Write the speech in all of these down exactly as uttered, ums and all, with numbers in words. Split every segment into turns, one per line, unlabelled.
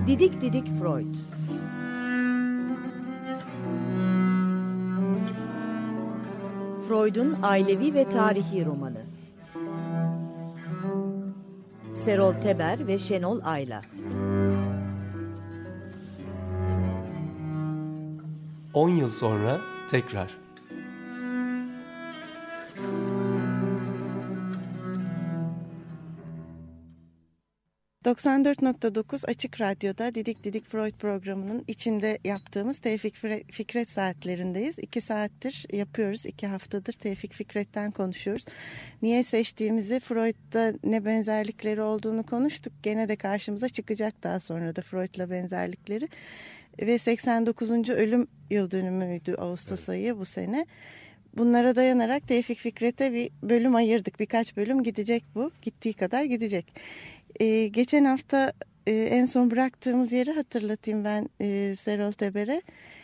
Didik Didik Freud. Freud'un ailevi ve tarihi romanı. Serol Teber ve Şenol Ayla.
On yıl sonra tekrar.
doksan dört nokta dokuz Açık Radyo'da Didik Didik Freud programının içinde yaptığımız Tevfik Fikret saatlerindeyiz. İki saattir yapıyoruz, iki haftadır Tevfik Fikret'ten konuşuyoruz. Niye seçtiğimizi, Freud'da ne benzerlikleri olduğunu konuştuk. Gene de karşımıza çıkacak daha sonra da Freud'la benzerlikleri. Ve seksen dokuzuncu ölüm yıl dönümüydü Ağustos ayı bu sene. Bunlara dayanarak Tevfik Fikret'e bir bölüm ayırdık. Birkaç bölüm gidecek bu. Gittiği kadar gidecek. Ee, geçen hafta e, en son bıraktığımız yeri hatırlatayım ben e, Serol Teber'e.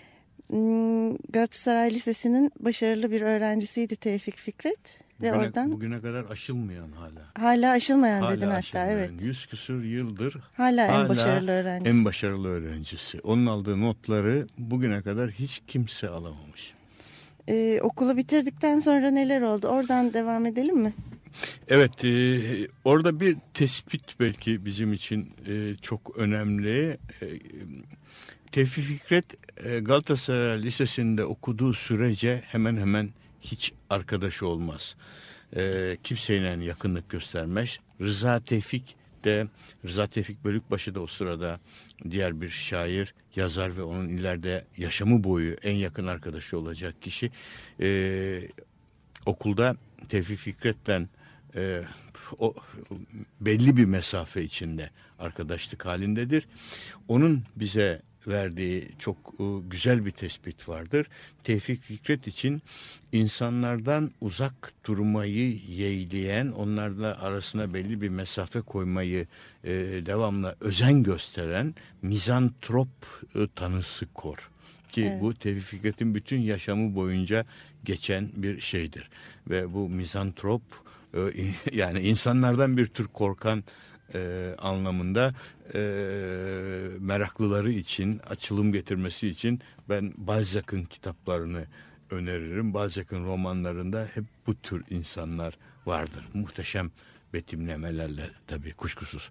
Hmm, Galatasaray Lisesi'nin başarılı bir öğrencisiydi Tevfik Fikret.
Bugüne,
ve oradan
bugüne kadar aşılmayan hala.
Hala aşılmayan
hala
dedin
aşılmayan.
hatta, evet.
Yüz küsur yıldır
hala,
hala
en başarılı öğrencisi.
En başarılı öğrencisi. Onun aldığı notları bugüne kadar hiç kimse alamamış.
Ee, okulu bitirdikten sonra neler oldu? Oradan devam edelim mi?
Evet, e, orada bir tespit belki bizim için e, çok önemli. E, Tevfik Fikret e, Galatasaray Lisesi'nde okuduğu sürece hemen hemen hiç arkadaşı olmaz. E, kimseyle yakınlık göstermez. Rıza Tevfik de, Rıza Tevfik Bölükbaşı da o sırada diğer bir şair, yazar ve onun ileride yaşamı boyu en yakın arkadaşı olacak kişi. E, okulda Tevfik Fikret'le e, o belli bir mesafe içinde arkadaşlık halindedir. Onun bize verdiği çok e, güzel bir tespit vardır. Tevfik Fikret için insanlardan uzak durmayı yeğleyen, onlarla arasına belli bir mesafe koymayı e, devamlı özen gösteren mizantrop e, tanısı kor. Ki evet, bu Tevfik Fikret'in bütün yaşamı boyunca geçen bir şeydir. Ve bu mizantrop e, yani insanlardan bir tür korkan e, anlamında e, meraklıları için, açılım getirmesi için ben Balzac'ın kitaplarını öneririm. Balzac'ın romanlarında hep bu tür insanlar vardır. Muhteşem betimlemelerle tabii, kuşkusuz.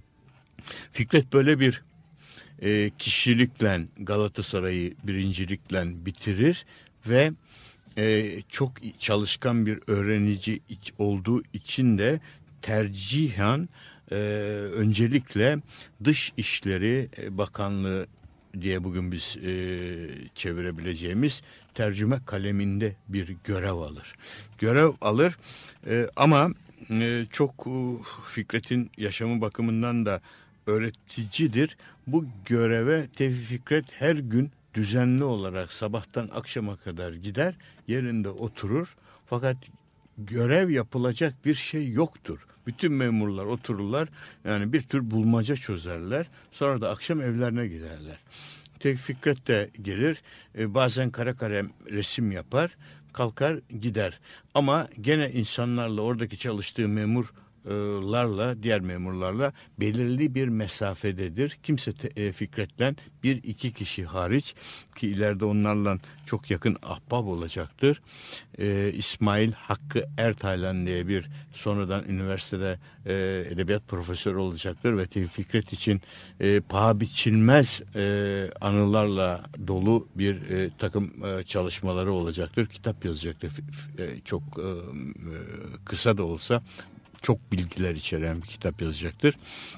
Fikret böyle bir e, kişilikle Galatasaray'ı birincilikle bitirir ve e, çok çalışkan bir öğrenici olduğu için de tercihen e, öncelikle Dış İşleri Bakanlığı diye bugün biz e, çevirebileceğimiz tercüme kaleminde bir görev alır. Görev alır e, ama e, çok e, Fikret'in yaşamı bakımından da öğreticidir. Bu göreve Tevfik Fikret her gün düzenli olarak sabahtan akşama kadar gider, yerinde oturur. Fakat görev yapılacak bir şey yoktur. Bütün memurlar otururlar, yani bir tür bulmaca çözerler. Sonra da akşam evlerine giderler. Tevfik Fikret de gelir, e, bazen kara kalem resim yapar, kalkar gider. Ama gene insanlarla, oradaki çalıştığı memurlarla, diğer memurlarla belirli bir mesafededir. Kimse te, Fikret'ten bir iki kişi hariç, ki ileride onlarla çok yakın ahbap olacaktır. Ee, İsmail Hakkı Ertaylan diye bir sonradan üniversitede e, edebiyat profesörü olacaktır ve Tevfik Fikret için e, paha biçilmez e, anılarla dolu bir e, takım e, çalışmaları olacaktır. Kitap yazacaktır. E, çok e, kısa da olsa çok bilgiler içeren bir kitap yazacaktır.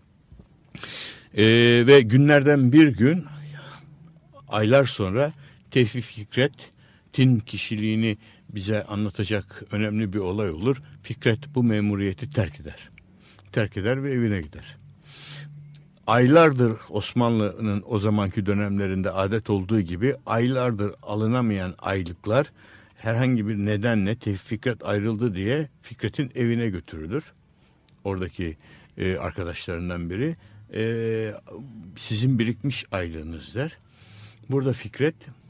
E, ve günlerden bir gün, aylar sonra Tevfik Fikret'in kişiliğini bize anlatacak önemli bir olay olur. Fikret bu memuriyeti terk eder. Terk eder ve evine gider. Aylardır Osmanlı'nın o zamanki dönemlerinde adet olduğu gibi aylardır alınamayan aylıklar herhangi bir nedenle Tevfik Fikret ayrıldı diye Fikret'in evine götürülür. Oradaki e, arkadaşlarından biri e, sizin birikmiş aylığınız der. Burada Fikret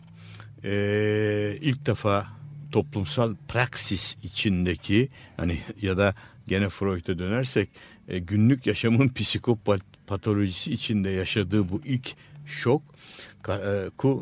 e, ilk defa toplumsal praksis içindeki, hani ya da gene Freud'a dönersek e, günlük yaşamın psikopat, patolojisi içinde yaşadığı bu ilk şok ku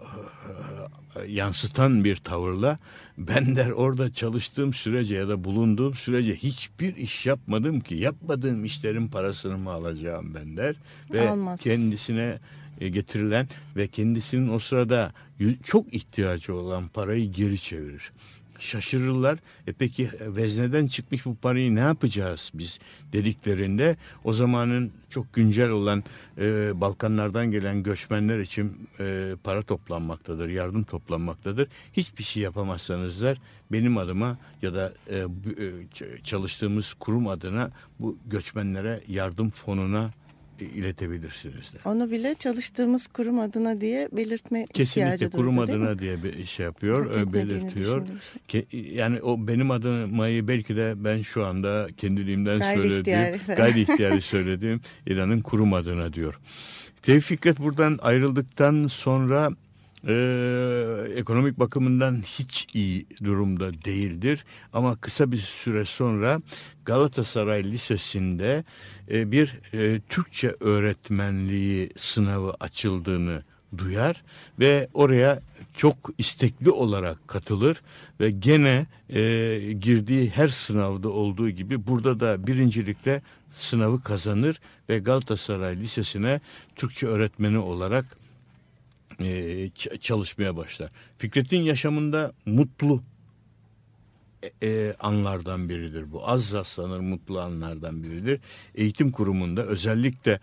yansıtan bir tavırla ben der orada çalıştığım sürece ya da bulunduğum sürece hiçbir iş yapmadım ki, yapmadığım işlerin parasını mı alacağım ben der ve
Almaz.
kendisine getirilen ve kendisinin o sırada çok ihtiyacı olan parayı geri çevirir. Şaşırırlar. E peki vezneden çıkmış bu parayı ne yapacağız biz dediklerinde o zamanın çok güncel olan e, Balkanlardan gelen göçmenler için e, para toplanmaktadır, yardım toplanmaktadır. Hiçbir şey yapamazsanız der benim adıma ya da e, e, çalıştığımız kurum adına bu göçmenlere yardım fonuna iletebilirsiniz de.
Onu bile çalıştığımız kurum adına diye belirtme ihtiyacı
Kesinlikle kurum
duydu,
adına diye bir şey yapıyor, belirtiyor.
Şey.
Yani o benim adımayı belki de ben şu anda kendiliğimden
Gayri
söylediğim,
ihtiyari.
gayri ihtiyari söylediğim İran'ın kurum adına diyor. Tevfik Fikret buradan ayrıldıktan sonra e, ekonomik bakımından hiç iyi durumda değildir. Ama kısa bir süre sonra Galatasaray Lisesi'nde e, bir e, Türkçe öğretmenliği sınavı açıldığını duyar ve oraya çok istekli olarak katılır ve gene e, girdiği her sınavda olduğu gibi burada da birincilikle sınavı kazanır ve Galatasaray Lisesi'ne Türkçe öğretmeni olarak e, çalışmaya başlar. Fikret'in yaşamında mutlu e, anlardan biridir bu. Az rastlanır mutlu anlardan biridir. Eğitim kurumunda özellikle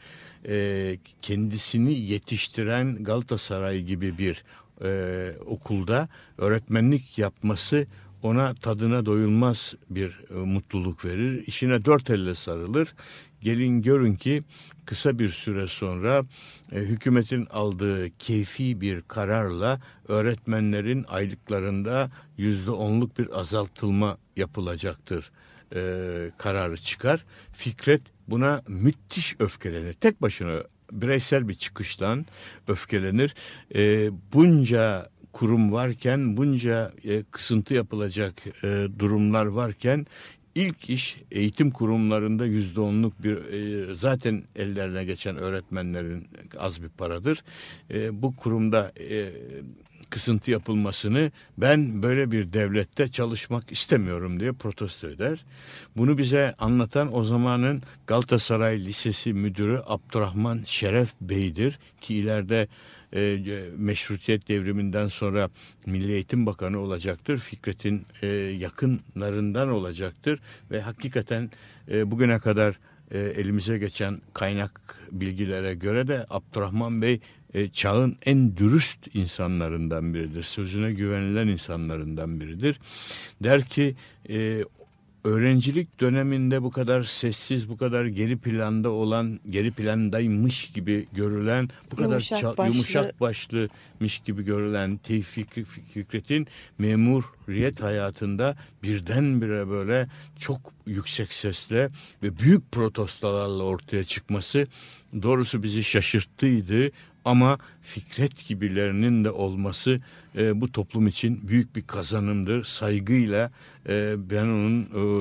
e, kendisini yetiştiren Galatasaray gibi bir e, okulda öğretmenlik yapması ona tadına doyulmaz bir e, mutluluk verir. İşine dört elle sarılır. Gelin görün ki kısa bir süre sonra e, hükümetin aldığı keyfi bir kararla öğretmenlerin aylıklarında yüzde onluk bir azaltılma yapılacaktır e, kararı çıkar. Fikret buna müthiş öfkelenir. Tek başına bireysel bir çıkıştan öfkelenir. E, bunca kurum varken, bunca e, kısıntı yapılacak e, durumlar varken ilk iş eğitim kurumlarında yüzde onluk bir e, zaten ellerine geçen öğretmenlerin az bir paradır. E, bu kurumda e, kısıntı yapılmasını ben böyle bir devlette çalışmak istemiyorum diye protesto eder. Bunu bize anlatan o zamanın Galatasaray Lisesi Müdürü Abdurrahman Şeref Bey'dir ki ileride e, Meşrutiyet Devrimi'nden sonra Milli Eğitim Bakanı olacaktır. Fikret'in e, yakınlarından olacaktır ve hakikaten e, bugüne kadar e, elimize geçen kaynak bilgilere göre de Abdurrahman Bey e, çağın en dürüst insanlarından biridir. Sözüne güvenilen insanlarından biridir. Der ki e, öğrencilik döneminde bu kadar sessiz, bu kadar geri planda olan, geri plandaymış gibi görülen, bu kadar
Yumuşak
ça-
başlı.
yumuşak başlımış gibi görülen Tevfik Fikret'in memuriyet hayatında birdenbire böyle çok yüksek sesle ve büyük protestolarla ortaya çıkması doğrusu bizi şaşırttıydı. Ama Fikret gibilerinin de olması e, bu toplum için büyük bir kazanımdır. Saygıyla e, ben onun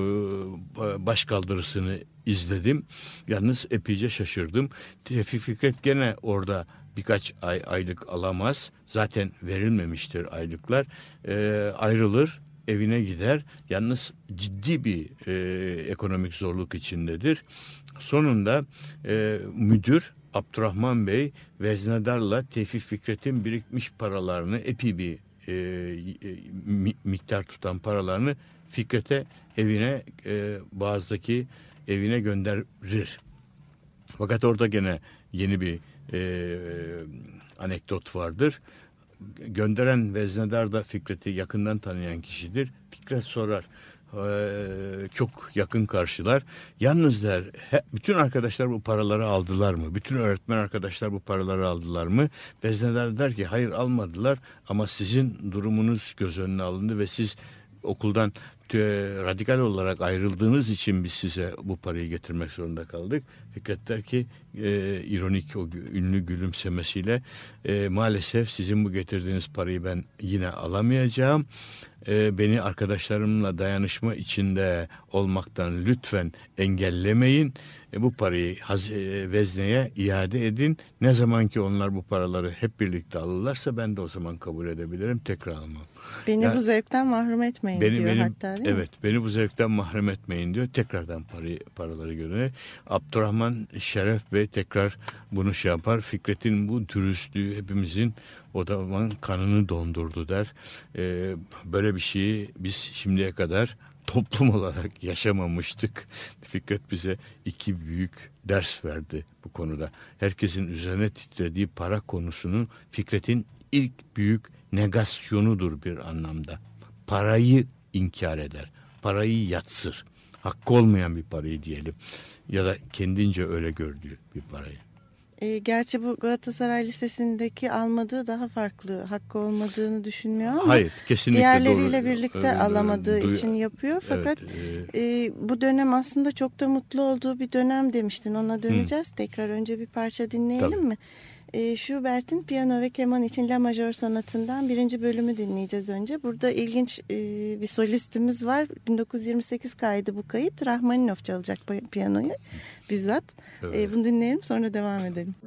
e, başkaldırısını izledim. Yalnız epeyce şaşırdım. Tevfik Fikret gene orada birkaç ay aylık alamaz. Zaten verilmemiştir aylıklar. E, ayrılır, evine gider. Yalnız ciddi bir e, ekonomik zorluk içindedir. Sonunda e, müdür Abdurrahman Bey veznedarla Tevfik Fikret'in birikmiş paralarını epey bir e, e, miktar tutan paralarını Fikret'e evine e, Boğaz'daki evine gönderir. Fakat orada gene yeni bir e, anekdot vardır. Gönderen veznedar da Fikret'i yakından tanıyan kişidir. Fikret sorar. Çok yakın karşılar. Yalnız der, bütün arkadaşlar bu paraları aldılar mı? Bütün öğretmen arkadaşlar bu paraları aldılar mı? Veznedar der ki hayır almadılar ama sizin durumunuz göz önüne alındı ve siz okuldan radikal olarak ayrıldığınız için biz size bu parayı getirmek zorunda kaldık. Fikret der ki e, ironik o ünlü gülümsemesiyle e, maalesef sizin bu getirdiğiniz parayı ben yine alamayacağım. E, beni arkadaşlarımla dayanışma içinde olmaktan lütfen engellemeyin. E, bu parayı haz, e, vezneye iade edin. Ne zaman ki onlar bu paraları hep birlikte alırlarsa ben de o zaman kabul edebilirim. Tekrar almam.
Beni
Yani,
bu zevkten mahrum etmeyin
beni,
diyor
benim,
hatta değil mi?
Evet, beni bu zevkten mahrum etmeyin diyor. Tekrardan parayı, paraları görüyor. Abdurrahman Şeref Bey tekrar bunu şey yapar. Fikret'in bu dürüstlüğü hepimizin o zaman kanını dondurdu der. Ee, böyle bir şeyi biz şimdiye kadar toplum olarak yaşamamıştık. Fikret bize iki büyük ders verdi bu konuda. Herkesin üzerine titrediği para konusunun Fikret'in ilk büyük negasyonudur bir anlamda. Parayı inkar eder. Parayı yatsır. Hakkı olmayan bir parayı diyelim. Ya da kendince öyle gördüğü bir parayı.
E, gerçi bu Galatasaray Lisesi'ndeki almadığı daha farklı. Hakkı olmadığını düşünmüyor ama
hayır, kesinlikle
diğerleriyle
doğru.
birlikte
Ee,
alamadığı
duy-
için yapıyor. Fakat
evet,
e, bu dönem aslında çok da mutlu olduğu bir dönem demiştin. Ona döneceğiz. Hı. Tekrar önce bir parça dinleyelim Tabii. mi? E, Schubert'in piyano ve keman için La Majör sonatından birinci bölümü dinleyeceğiz önce. Burada ilginç e, bir solistimiz var. bin dokuz yüz yirmi sekiz kaydı bu kayıt. Rahmaninov çalacak piyanoyu bizzat. Evet. E, bunu dinleyelim, sonra devam edelim.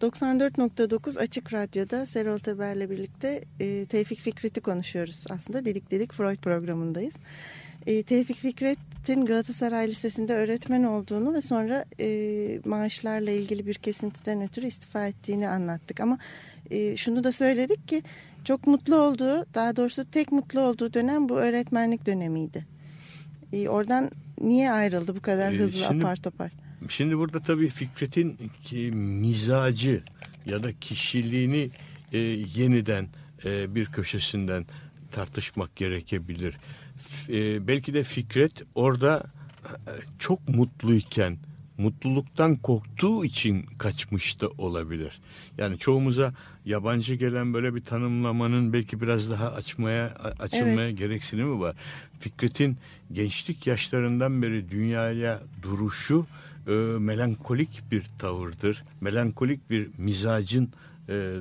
doksan dört nokta dokuz Açık Radyo'da Serol Teber'le birlikte e, Tevfik Fikret'i konuşuyoruz. Aslında Didik Didik Freud programındayız. E, Tevfik Fikret'in Galatasaray Lisesi'nde öğretmen olduğunu ve sonra e, maaşlarla ilgili bir kesintiden ötürü istifa ettiğini anlattık. Ama e, şunu da söyledik ki çok mutlu olduğu, daha doğrusu tek mutlu olduğu dönem bu öğretmenlik dönemiydi. E, oradan niye ayrıldı bu kadar hızlı, e, şimdi, apar topar?
Şimdi burada tabii Fikret'in ki, mizacı ya da kişiliğini e, yeniden e, bir köşesinden tartışmak gerekebilir. E, belki de Fikret orada e, çok mutluyken mutluluktan korktuğu için kaçmış da olabilir. Yani çoğumuza yabancı gelen böyle bir tanımlamanın belki biraz daha açmaya açılmaya evet. gereksinimi var. Fikret'in gençlik yaşlarından beri dünyaya duruşu e, melankolik bir tavırdır. Melankolik bir mizacın e, e,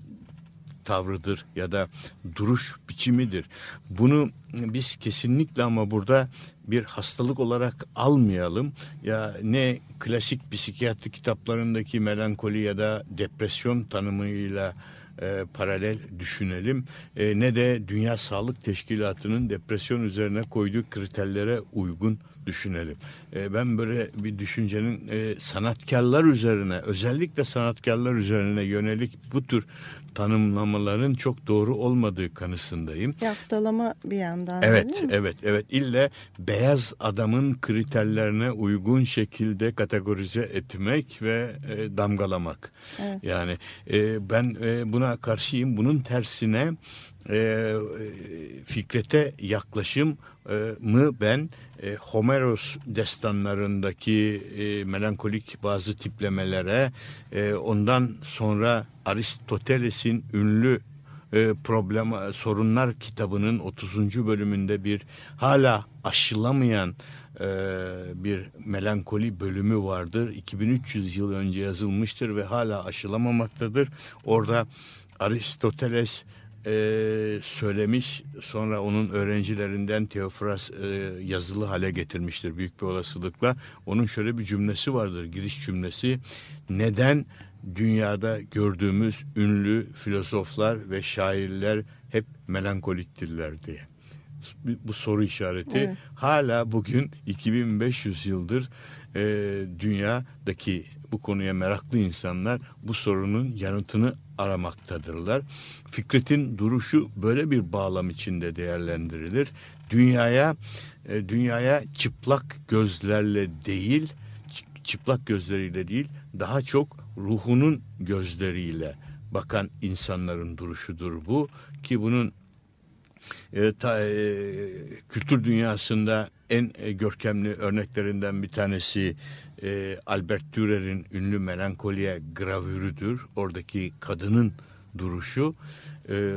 tavrıdır ya da duruş biçimidir. Bunu biz kesinlikle ama burada bir hastalık olarak almayalım. Ya ne klasik psikiyatri kitaplarındaki melankoli ya da depresyon tanımıyla e, paralel düşünelim. E, ne de Dünya Sağlık Teşkilatı'nın depresyon üzerine koyduğu kriterlere uygun düşünelim. E, ben böyle bir düşüncenin e, sanatkarlar üzerine, özellikle sanatkarlar üzerine yönelik bu tür tanımlamaların çok doğru olmadığı kanısındayım.
Yaftalama bir yandan.
Evet, evet, evet. İlle beyaz adamın kriterlerine uygun şekilde kategorize etmek ve e, damgalamak. Evet. Yani e, ben e, buna karşıyım. Bunun tersine e, Fikret'e yaklaşımı ben e, Homeros destanlarındaki e, melankolik bazı tiplemelere, e, ondan sonra Aristoteles'in ünlü e, problem sorunlar kitabının otuzuncu bölümünde bir hala aşılamayan e, bir melankoli bölümü vardır. iki bin üç yüz yıl önce yazılmıştır ve hala aşılamamaktadır. Orada Aristoteles Ee, söylemiş, sonra onun öğrencilerinden Teofras e, yazılı hale getirmiştir büyük bir olasılıkla. Onun şöyle bir cümlesi vardır, giriş cümlesi: neden dünyada gördüğümüz ünlü filozoflar ve şairler hep melankoliktirler diye. Bu soru işareti evet. Hala bugün iki bin beş yüz yıldır e, dünyadaki bu konuya meraklı insanlar bu sorunun yanıtını aramaktadırlar. Fikret'in duruşu böyle bir bağlam içinde değerlendirilir. Dünyaya e, dünyaya çıplak gözlerle değil, çıplak gözleriyle değil, daha çok ruhunun gözleriyle bakan insanların duruşudur bu, ki bunun e, ta, e, kültür dünyasında en e, görkemli örneklerinden bir tanesi e, Albert Dürer'in ünlü Melankoliye gravürüdür. Oradaki kadının duruşu e,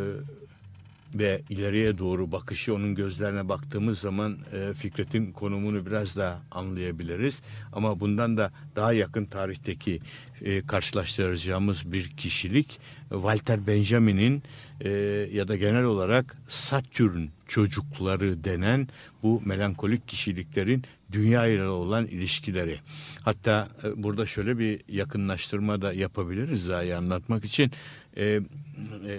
ve ileriye doğru bakışı, onun gözlerine baktığımız zaman e, Fikret'in konumunu biraz daha anlayabiliriz. Ama bundan da daha yakın tarihteki e, karşılaştıracağımız bir kişilik Walter Benjamin'in e, ya da genel olarak Satürn çocukları denen bu melankolik kişiliklerin dünya ile olan ilişkileri. Hatta e, burada şöyle bir yakınlaştırma da yapabiliriz daha iyi anlatmak için. E, e,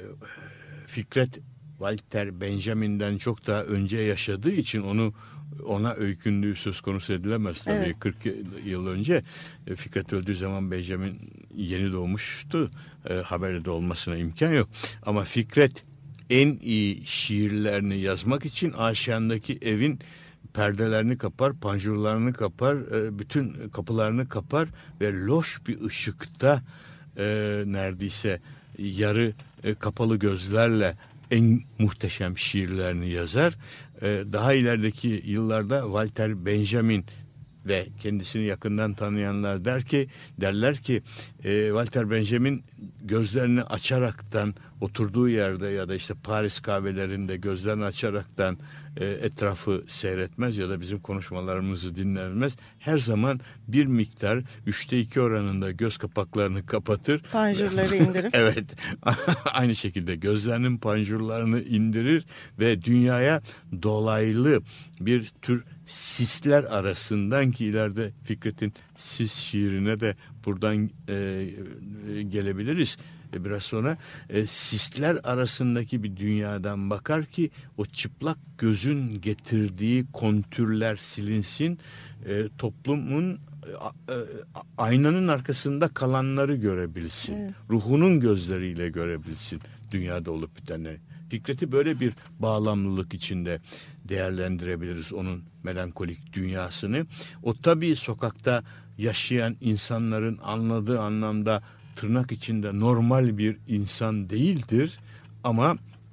Fikret Walter Benjamin'den çok daha önce yaşadığı için onu ona öykündüğü söz konusu edilemez tabii. Evet. kırk yıl önce Fikret öldüğü zaman Benjamin yeni doğmuştu. E, haberi de olmasına imkan yok. Ama Fikret en iyi şiirlerini yazmak için aşağındaki evin perdelerini kapar, panjurlarını kapar, e, bütün kapılarını kapar ve loş bir ışıkta e, neredeyse yarı e, kapalı gözlerle en muhteşem şiirlerini yazar. E, daha ilerideki yıllarda Walter Benjamin ve kendisini yakından tanıyanlar der ki derler ki e, Walter Benjamin gözlerini açaraktan oturduğu yerde ya da işte Paris kahvelerinde gözlerini açaraktan e, etrafı seyretmez ya da bizim konuşmalarımızı dinlemez. Her zaman bir miktar üçte iki oranında göz kapaklarını kapatır.
Panjurları indirir.
Evet. Aynı şekilde gözlerinin panjurlarını indirir ve dünyaya dolaylı bir tür sisler arasından, ki ileride Fikret'in sis şiirine de buradan e, e, gelebiliriz e, biraz sonra. E, sisler arasındaki bir dünyadan bakar ki o çıplak gözün getirdiği kontürler silinsin, e, toplumun e, e, aynanın arkasında kalanları görebilsin. Evet. Ruhunun gözleriyle görebilsin dünyada olup bitenleri. Fikret'i böyle bir bağlamlılık içinde değerlendirebiliriz, onun melankolik dünyasını. O tabii sokakta yaşayan insanların anladığı anlamda tırnak içinde normal bir insan değildir. Ama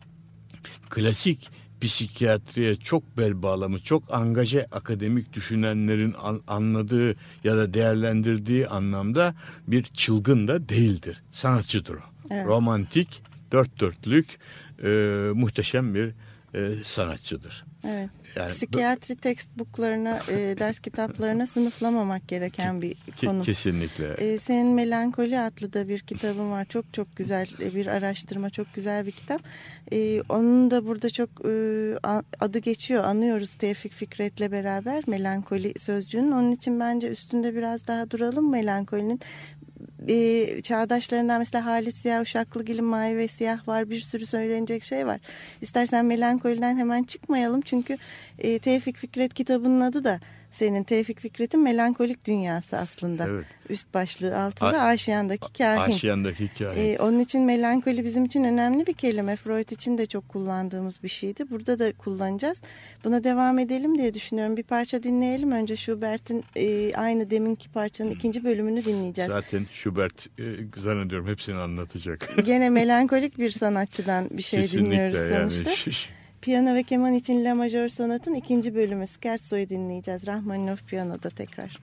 klasik psikiyatriye çok bel bağlamış, çok angaje akademik düşünenlerin anladığı ya da değerlendirdiği anlamda bir çılgın da değildir. Sanatçıdır o. Evet. Romantik, dört dörtlük, e, muhteşem bir e, sanatçıdır.
Evet. Yani, psikiyatri textbooklarına, e, ders kitaplarına sınıflamamak gereken bir konu.
Kesinlikle.
E, senin Melankoli adlı da bir kitabın var. Çok çok güzel bir araştırma, çok güzel bir kitap. E, onun da burada çok e, adı geçiyor, anıyoruz Tevfik Fikret'le beraber melankoli sözcüğünün. Onun için bence üstünde biraz daha duralım melankolinin. E, çağdaşlarından mesela Halit Ziya Uşaklıgil'in Mavi ve Siyah var, bir sürü söylenecek şey var. İstersen melankoliden hemen çıkmayalım çünkü e, Tevfik Fikret kitabının adı da senin Tevfik Fikret'in melankolik dünyası aslında. Evet. Üst başlığı altında A- Aşiyan'daki kahin.
Aşiyan'daki kahin.
Ee, onun için melankoli bizim için önemli bir kelime. Freud için de çok kullandığımız bir şeydi. Burada da kullanacağız. Buna devam edelim diye düşünüyorum. Bir parça dinleyelim. Önce Schubert'in e, aynı deminki parçanın ikinci bölümünü dinleyeceğiz.
Zaten Schubert e, zannediyorum hepsini anlatacak.
Gene melankolik bir sanatçıdan bir şey
Kesinlikle
dinliyoruz sonuçta.
Yani.
Piyano ve keman için La Majör Sonat'ın ikinci bölümü Scherzo'yu dinleyeceğiz. Rahmaninov piyanoda tekrar.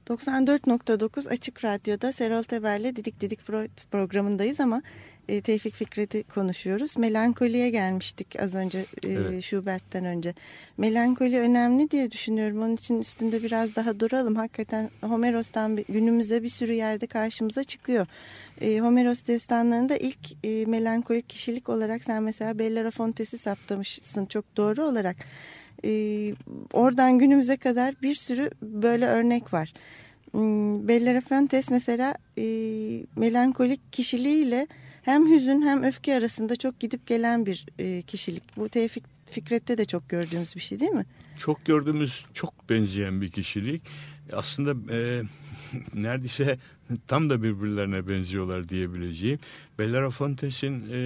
doksan dört nokta dokuz Açık Radyo'da Serol Teber'le Didik Didik Freud programındayız ama e, Tevfik Fikret'i konuşuyoruz. Melankoliye gelmiştik az önce e, evet. Schubert'ten önce. Melankoli önemli diye düşünüyorum. Onun için üstünde biraz daha duralım. Hakikaten Homeros'tan bir, günümüze bir sürü yerde karşımıza çıkıyor. E, Homeros destanlarında ilk e, melankolik kişilik olarak sen mesela Bellerofontes'i saptamışsın çok doğru olarak. Ee, oradan günümüze kadar bir sürü böyle örnek var. Hmm, Bellerofontes mesela e, melankolik kişiliğiyle hem hüzün hem öfke arasında çok gidip gelen bir e, kişilik. Bu Tevfik Fikret'te de çok gördüğümüz bir şey değil mi?
Çok gördüğümüz, çok benzeyen bir kişilik. Aslında e, neredeyse tam da birbirlerine benziyorlar diyebileceğim. Bellerofontes'in e,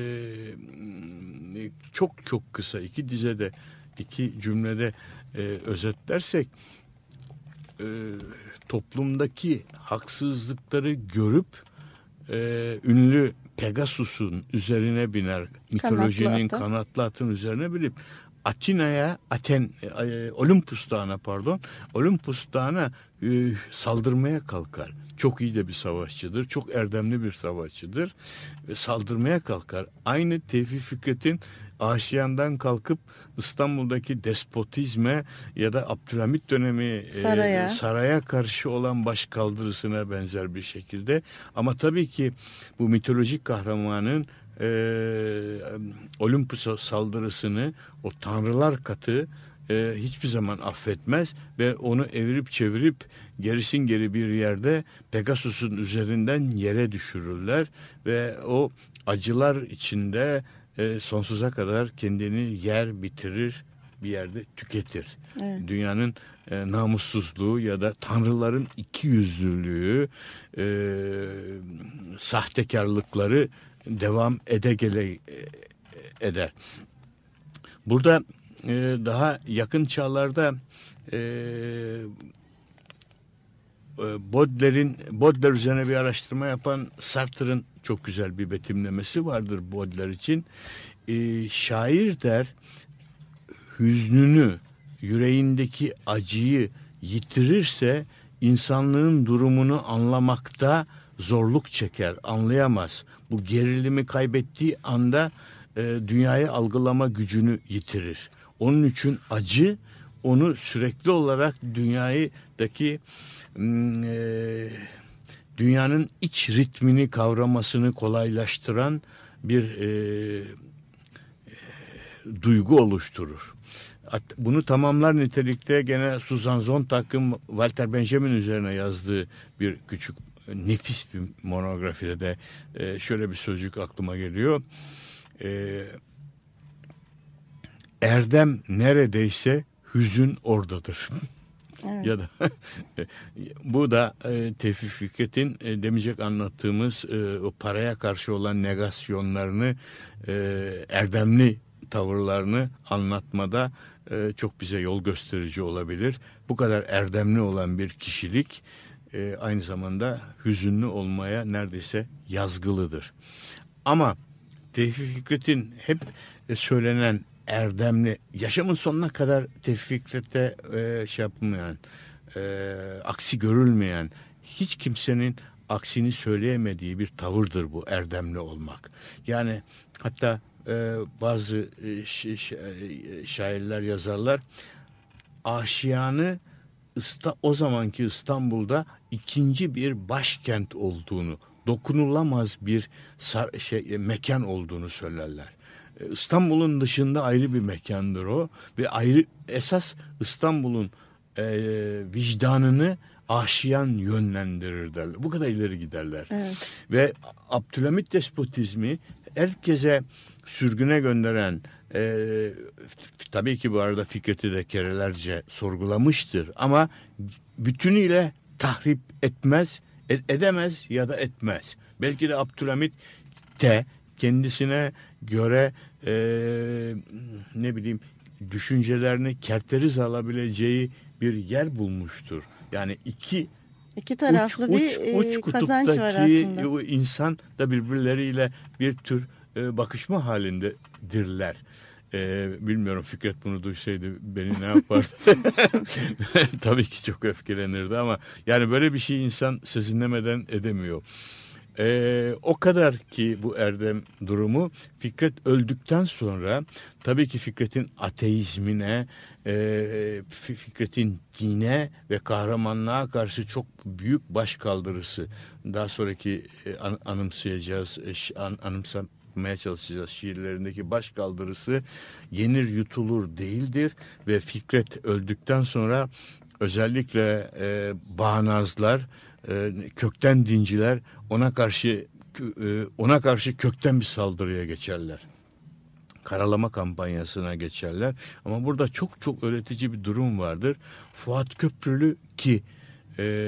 çok çok kısa iki dizede, iki cümlede e, özetlersek e, toplumdaki haksızlıkları görüp e, ünlü Pegasus'un üzerine biner, mitolojinin kanatlı, kanatlı atın üzerine binip Atina'ya, Aten, e, Olympus Dağı'na pardon, Olympus Dağı'na e, saldırmaya kalkar. Çok iyi de bir savaşçıdır, çok erdemli bir savaşçıdır. E, saldırmaya kalkar. Aynı Tevfik Fikret'in Aşiyan'dan kalkıp İstanbul'daki despotizme ya da Abdülhamit dönemi saraya. E, saraya karşı olan başkaldırısına benzer bir şekilde. Ama tabii ki bu mitolojik kahramanın e, Olympus saldırısını, o tanrılar katı e, hiçbir zaman affetmez ve onu evirip çevirip gerisin geri bir yerde Pegasus'un üzerinden yere düşürürler ve o acılar içinde E, sonsuza kadar kendini yer bitirir, bir yerde tüketir. Evet. Dünyanın e, namussuzluğu ya da tanrıların ikiyüzlülüğü, e, sahtekarlıkları devam ede gele e, eder. Burada e, daha yakın çağlarda e, Baudelaire'in Baudelaire üzerine bir araştırma yapan Sartre'ın çok güzel bir betimlemesi vardır Baudelaire için. E, şair der, hüznünü, yüreğindeki acıyı yitirirse insanlığın durumunu anlamakta zorluk çeker, anlayamaz. Bu gerilimi kaybettiği anda e, dünyayı algılama gücünü yitirir. Onun için acı onu sürekli olarak dünyadaki e, dünyanın iç ritmini kavramasını kolaylaştıran bir e, e, duygu oluşturur. Bunu tamamlar nitelikte gene Susan Sontag'ın Walter Benjamin üzerine yazdığı bir küçük nefis bir monografide de e, şöyle bir sözcük aklıma geliyor. E, Erdem neredeyse hüzün oradadır. Evet. Ya da bu da e, Tevfik Fikret'in e, demeyecek anlattığımız e, o paraya karşı olan negasyonlarını, e, erdemli tavırlarını anlatmada e, çok bize yol gösterici olabilir. Bu kadar erdemli olan bir kişilik e, aynı zamanda hüzünlü olmaya neredeyse yazgılıdır. Ama Tevfik Fikret'in hep e, söylenen erdemli, yaşamın sonuna kadar Tevfik Fikret'te e, şey yapmayan, e, aksi görülmeyen, hiç kimsenin aksini söyleyemediği bir tavırdır bu erdemli olmak. Yani hatta e, bazı e, ş- ş- şairler, yazarlar Aşiyan'ı İsta- o zamanki İstanbul'da ikinci bir başkent olduğunu, dokunulamaz bir sar- şey, mekan olduğunu söylerler. İstanbul'un dışında ayrı bir mekandır o ve ayrı esas İstanbul'un e, vicdanını Aşiyan yönlendirir derler. Bu kadar ileri giderler. Evet. Ve Abdülhamit despotizmi herkese sürgüne gönderen, e, tabii ki bu arada Fikret'i de kerelerce sorgulamıştır ama bütünüyle tahrip etmez, edemez ya da etmez. Belki de Abdülhamit de kendisine göre e, ne bileyim düşüncelerini kerteriz alabileceği bir yer bulmuştur. Yani iki
iki taraflı
uç,
bir
uç, uç
kazanç var aslında.
o insan da birbirleriyle bir tür e, bakışma halindedirler. Ee, bilmiyorum, Fikret bunu duysaydı beni ne yapardı? Tabii ki çok öfkelenirdi ama yani böyle bir şey insan sezinlemeden edemiyor. Ee, o kadar ki bu erdem durumu, Fikret öldükten sonra tabii ki Fikret'in ateizmine, e, Fikret'in dine ve kahramanlığa karşı çok büyük başkaldırısı, daha sonraki e, an, anımsayacağız, e, an, anımsamaya çalışacağız şiirlerindeki başkaldırısı yenir yutulur değildir ve Fikret öldükten sonra özellikle e, bağnazlar, e, kökten dinciler ona karşı e, ona karşı kökten bir saldırıya geçerler. Karalama kampanyasına geçerler. Ama burada çok çok öğretici bir durum vardır. Fuat Köprülü ki e, e,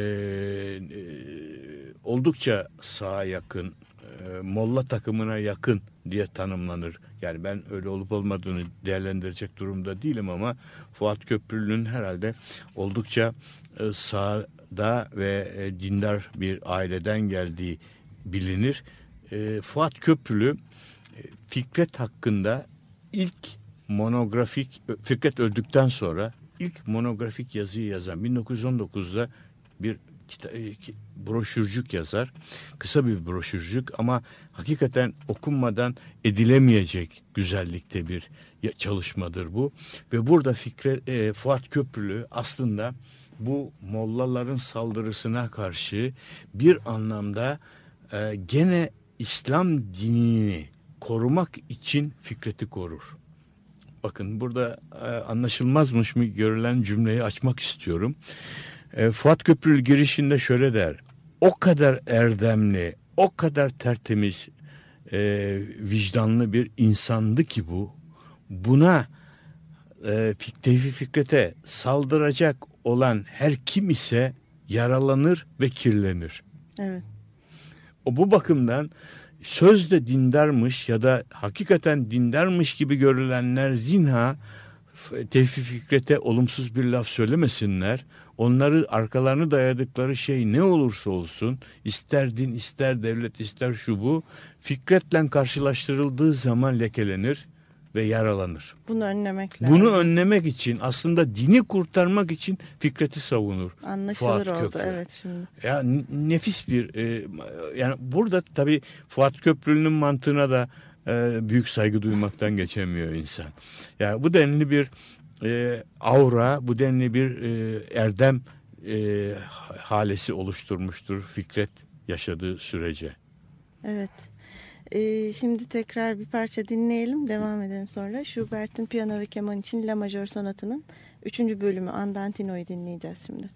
oldukça sağa yakın, e, Molla takımına yakın diye tanımlanır. Yani ben öyle olup olmadığını değerlendirecek durumda değilim ama Fuat Köprülü'nün herhalde oldukça e, sağda ve e, dindar bir aileden geldiği bilinir. E, Fuat Köprülü e, Fikret hakkında ilk monografik, Fikret öldükten sonra ilk monografik yazıyı yazan bin dokuz yüz on dokuzda bir broşürcük yazar. Kısa bir broşürcük ama hakikaten okunmadan edilemeyecek güzellikte bir çalışmadır bu. Ve burada Fikret, e, Fuat Köprülü aslında bu mollaların saldırısına karşı bir anlamda e, gene İslam dinini korumak için Fikret'i korur. Bakın burada e, anlaşılmazmış mı görülen cümleyi açmak istiyorum. E, Fuat Köprülü girişinde şöyle der: o kadar erdemli, o kadar tertemiz, e, vicdanlı bir insandı ki bu. Buna e, Tevfik Fikret'e saldıracak olan her kim ise yaralanır ve kirlenir.
Evet.
O bu bakımdan sözde dindarmış ya da hakikaten dindarmış gibi görülenler zinha Tevfik Fikret'e olumsuz bir laf söylemesinler. Onları arkalarını dayadıkları şey ne olursa olsun, ister din, ister devlet, ister şu bu, Fikret'le karşılaştırıldığı zaman lekelenir ve yaralanır.
Bunu önlemek lazım.
Bunu önlemek için, aslında dini kurtarmak için Fikret'i savunur.
Anlaşılır
Fuat
oldu
Köprülü.
evet şimdi.
Ya nefis bir e, yani burada tabii Fuat Köprülü'nün mantığına da e, büyük saygı duymaktan geçemiyor insan. Yani bu denli bir e, aura, bu denli bir e, erdem e, halesi oluşturmuştur Fikret yaşadığı sürece.
Evet. Ee, şimdi tekrar bir parça dinleyelim, devam edelim sonra. Schubert'in piyano ve keman için La Majör Sonatı'nın üçüncü bölümü Andantino'yu dinleyeceğiz şimdi.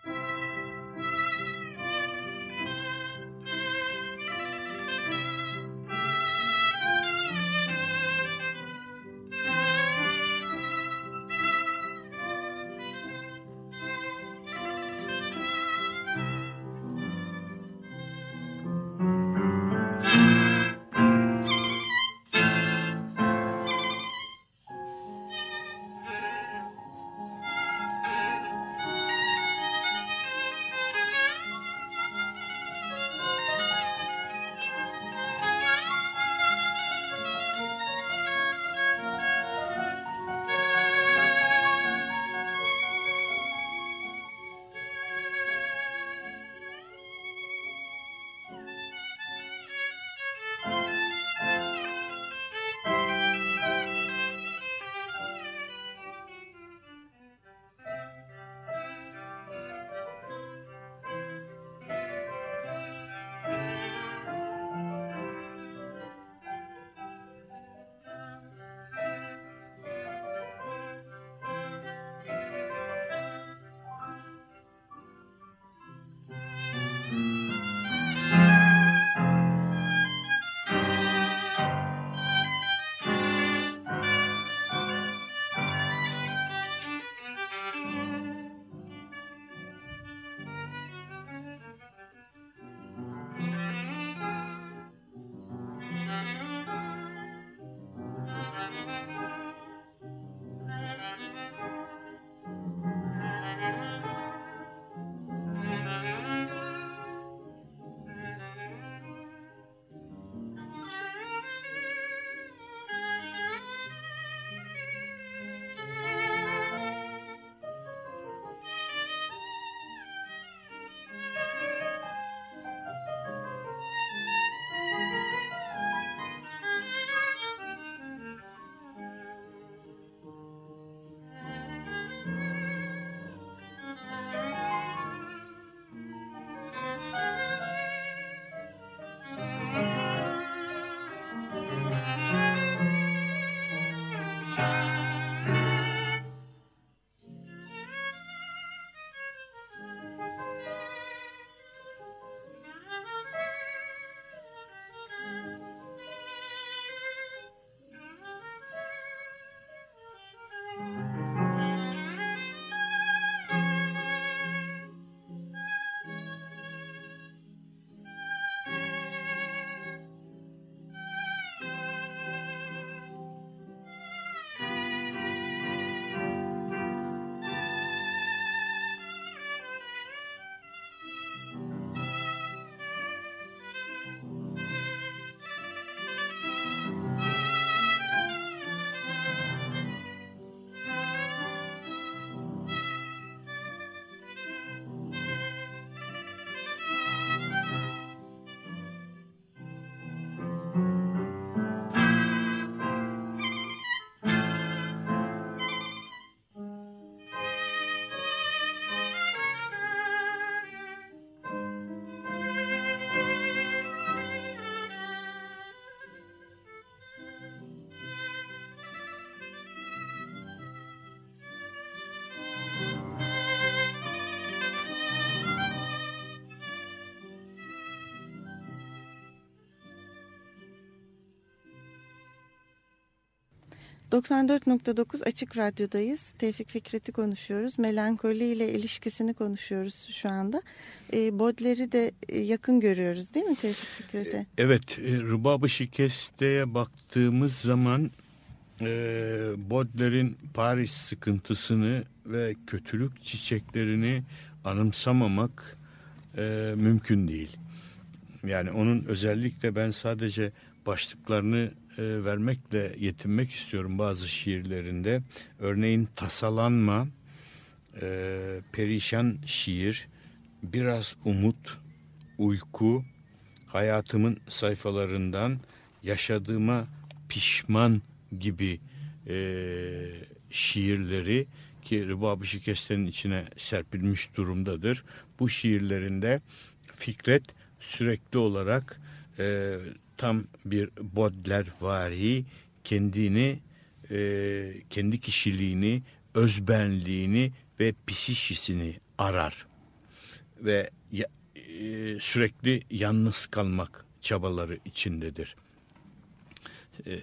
doksan dört nokta dokuz Açık Radyo'dayız. Tevfik Fikret'i konuşuyoruz. Melankoli ile ilişkisini konuşuyoruz şu anda. E, Baudelaire'i de yakın görüyoruz değil mi Tevfik Fikret'e?
Evet, e, Rubab-ı Şikeste'ye baktığımız zaman e, Baudelaire'in Paris sıkıntısını ve kötülük çiçeklerini anımsamamak e, mümkün değil. Yani onun özellikle ben sadece başlıklarını e, vermekle yetinmek istiyorum bazı şiirlerinde. Örneğin Tasalanma, e, Perişan Şiir, Biraz Umut, Uyku, Hayatımın Sayfalarından, Yaşadığıma Pişman gibi e, şiirleri ki Rubab-ı Şikeste'nin içine serpilmiş durumdadır. Bu şiirlerinde Fikret sürekli olarak e, tam bir Baudelaire-vari kendini, e, kendi kişiliğini, özbenliğini ve psişisini arar. Ve ya, e, sürekli yalnız kalmak çabaları içindedir. E,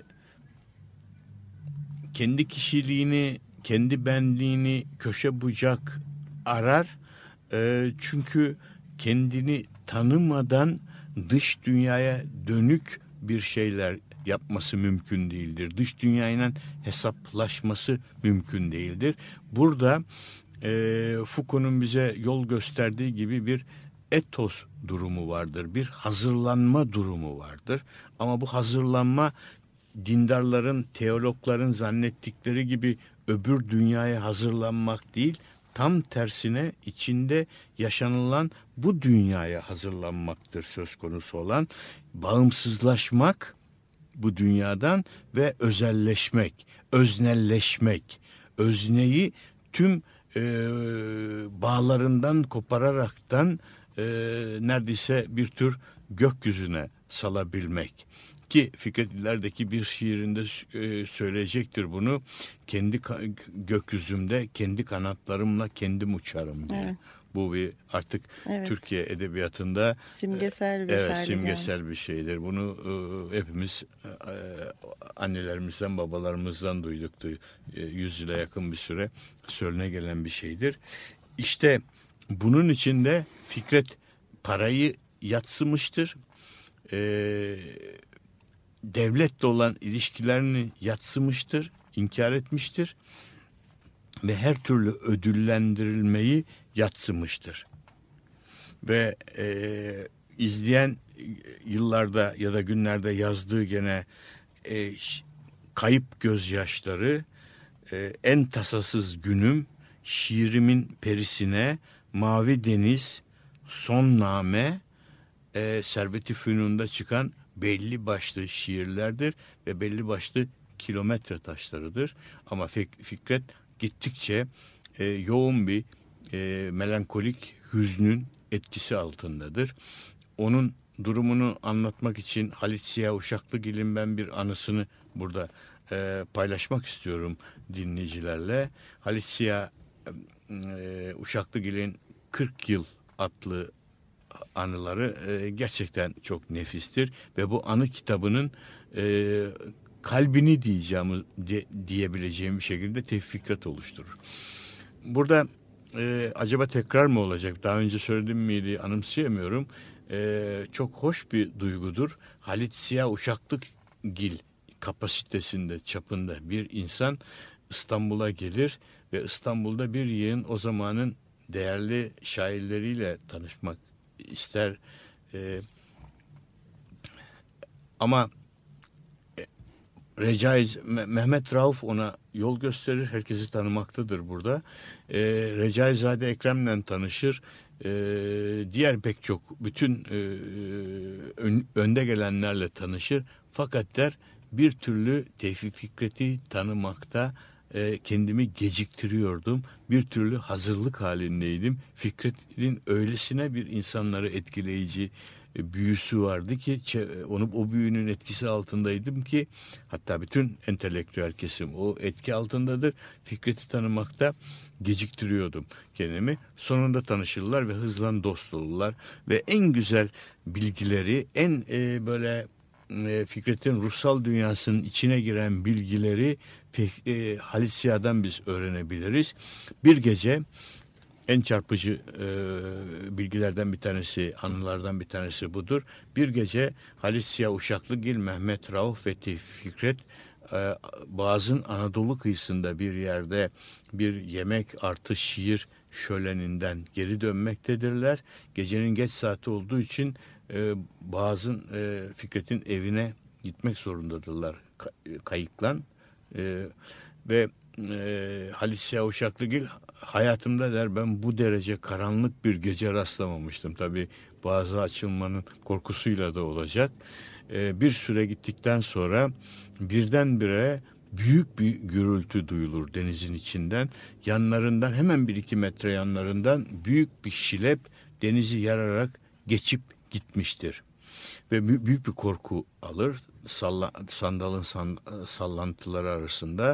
kendi kişiliğini, kendi benliğini köşe bucak arar. E, çünkü kendini tanımadan dış dünyaya dönük bir şeyler yapması mümkün değildir. Dış dünyayla hesaplaşması mümkün değildir. Burada e, Foucault'un bize yol gösterdiği gibi bir etos durumu vardır. Bir hazırlanma durumu vardır. Ama bu hazırlanma dindarların, teologların zannettikleri gibi öbür dünyaya hazırlanmak değil, tam tersine içinde yaşanılan bu dünyaya hazırlanmaktır söz konusu olan. Bağımsızlaşmak bu dünyadan ve özelleşmek, öznelleşmek, özneyi tüm e, bağlarından kopararaktan e, neredeyse bir tür gökyüzüne salabilmek. Ki Fikret İler'deki bir şiirinde e, söyleyecektir bunu. Kendi gökyüzümde, kendi kanatlarımla kendim uçarım diye. Evet. Bu bir artık evet. Türkiye edebiyatında
simgesel bir,
evet, simgesel yani. bir şeydir. Bunu e, hepimiz e, annelerimizden, babalarımızdan duyduk. E, yüz yıla yakın bir süre söylene gelen bir şeydir. İşte bunun içinde Fikret parayı yatsımıştır. Eee devletle olan ilişkilerini yatsımıştır, inkar etmiştir ve her türlü ödüllendirilmeyi yatsımıştır. Ve e, izleyen yıllarda ya da günlerde yazdığı gene e, Kayıp Gözyaşları, e, En Tasasız Günüm, Şiirimin Perisine, Mavi Deniz, Son Name, e, Servet-i Fünun'da çıkan belli başlı şiirlerdir ve belli başlı kilometre taşlarıdır. Ama Fikret gittikçe e, yoğun bir e, melankolik hüznün etkisi altındadır. Onun durumunu anlatmak için Halit Ziya Uşaklıgil'in ben bir anısını burada e, paylaşmak istiyorum dinleyicilerle. Halit Ziya e, Uşaklıgil'in kırk yıl adlı anıları e, gerçekten çok nefistir ve bu anı kitabının e, kalbini diyeceğim de, diyebileceğim bir şekilde Tevfik Fikret oluşturur. Burada e, acaba tekrar mı olacak? Daha önce söyledim miydi? Anımsayamıyorum. E, çok hoş bir duygudur. Halit Ziya Uşaklıgil kapasitesinde, çapında bir insan İstanbul'a gelir ve İstanbul'da bir yığın o zamanın değerli şairleriyle tanışmak ister. Ee, ama e, Recai, Mehmet Rauf ona yol gösterir. Herkesi tanımaktadır burada. Ee, Recaizade Ekrem'le tanışır. Ee, diğer pek çok bütün e, ön, önde gelenlerle tanışır. Fakat der bir türlü Tevfik Fikret'i tanımakta e, kendimi geciktiriyordum. Bir türlü hazırlık halindeydim. Fikret'in öylesine bir insanları etkileyici e, büyüsü vardı ki onu o büyünün etkisi altındaydım ki hatta bütün entelektüel kesim o etki altındadır. Fikret'i tanımakta geciktiriyordum kendimi. Sonunda tanışırlar ve hızla dost olurlar ve en güzel bilgileri, en e, böyle e, Fikret'in ruhsal dünyasının içine giren bilgileri e, Halis Ziya'dan biz öğrenebiliriz. Bir gece en çarpıcı e, bilgilerden bir tanesi, anılardan bir tanesi budur. Bir gece Halis Ziya Uşaklıgil, Mehmet Rauf ve Tevfik Fikret e, Boğaz'ın Anadolu kıyısında bir yerde bir yemek artı şiir şöleninden geri dönmektedirler. Gecenin geç saati olduğu için e, Boğaz'ın e, Fikret'in evine gitmek zorundadırlar kayıkla e, ve e, Halis Ziya Uşaklıgil hayatımda der ben bu derece karanlık bir gece rastlamamıştım. Tabii Boğaz'a açılmanın korkusuyla da olacak. E, bir süre gittikten sonra birdenbire büyük bir gürültü duyulur denizin içinden. Yanlarından hemen bir iki metre yanlarından büyük bir şilep denizi yararak geçip gitmiştir. Ve büyük bir korku alır. Salla, sandalın san, sallantıları arasında.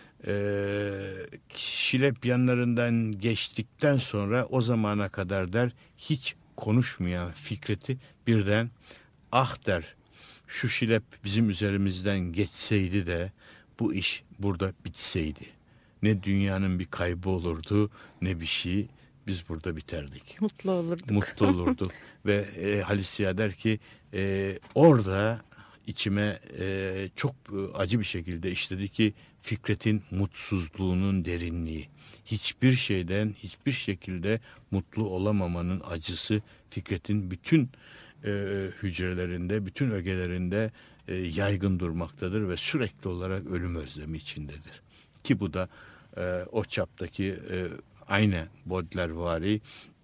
Ee, şilep yanlarından geçtikten sonra o zamana kadar der hiç konuşmayan Fikret'i birden ah der şu şilep bizim üzerimizden geçseydi de bu iş burada bitseydi. Ne dünyanın bir kaybı olurdu ne bir şey, biz burada biterdik.
Mutlu olurduk.
Mutlu olurduk. Ve e, Halis Ziya der ki e, orada içime e, çok acı bir şekilde işledi ki Fikret'in mutsuzluğunun derinliği. Hiçbir şeyden hiçbir şekilde mutlu olamamanın acısı Fikret'in bütün e, hücrelerinde, bütün ögelerinde e, yaygın durmaktadır ve sürekli olarak ölüm özlemi içindedir. Ki bu da e, o çaptaki e, aynı Baudelairevari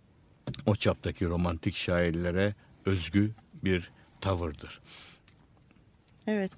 o çaptaki romantik şairlere özgü bir tavırdır.
Evet.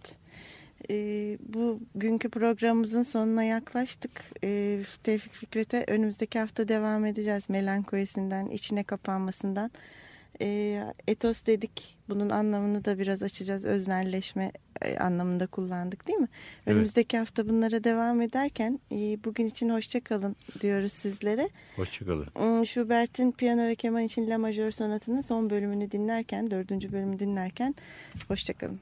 Ee, bu günkü programımızın sonuna yaklaştık. Ee, Tevfik Fikret'e önümüzdeki hafta devam edeceğiz. Melankolisinden, içine kapanmasından. Ee, etos dedik. Bunun anlamını da biraz açacağız. Öznelleşme e, anlamında kullandık değil mi?
Evet.
Önümüzdeki hafta bunlara devam ederken e, bugün için hoşça kalın diyoruz sizlere.
Hoşça kalın.
Hmm, Schubert'in piyano ve keman için La Majör Sonatı'nın son bölümünü dinlerken, dördüncü bölümü dinlerken hoşça kalın.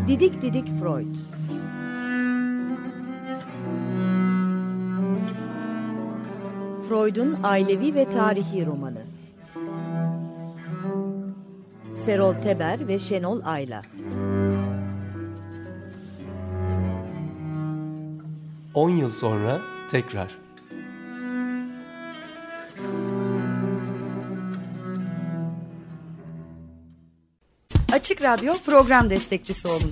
Didik Didik Freud. Freud'un ailevi ve tarihi romanı. Serol Teber ve Şenol Ayla.
On yıl sonra tekrar.
Açık Radyo program destekçisi olun.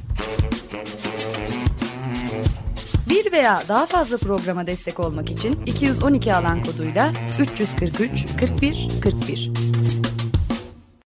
Bir veya daha fazla programa destek olmak için iki yüz on iki alan koduyla üç yüz kırk üç kırk bir kırk bir.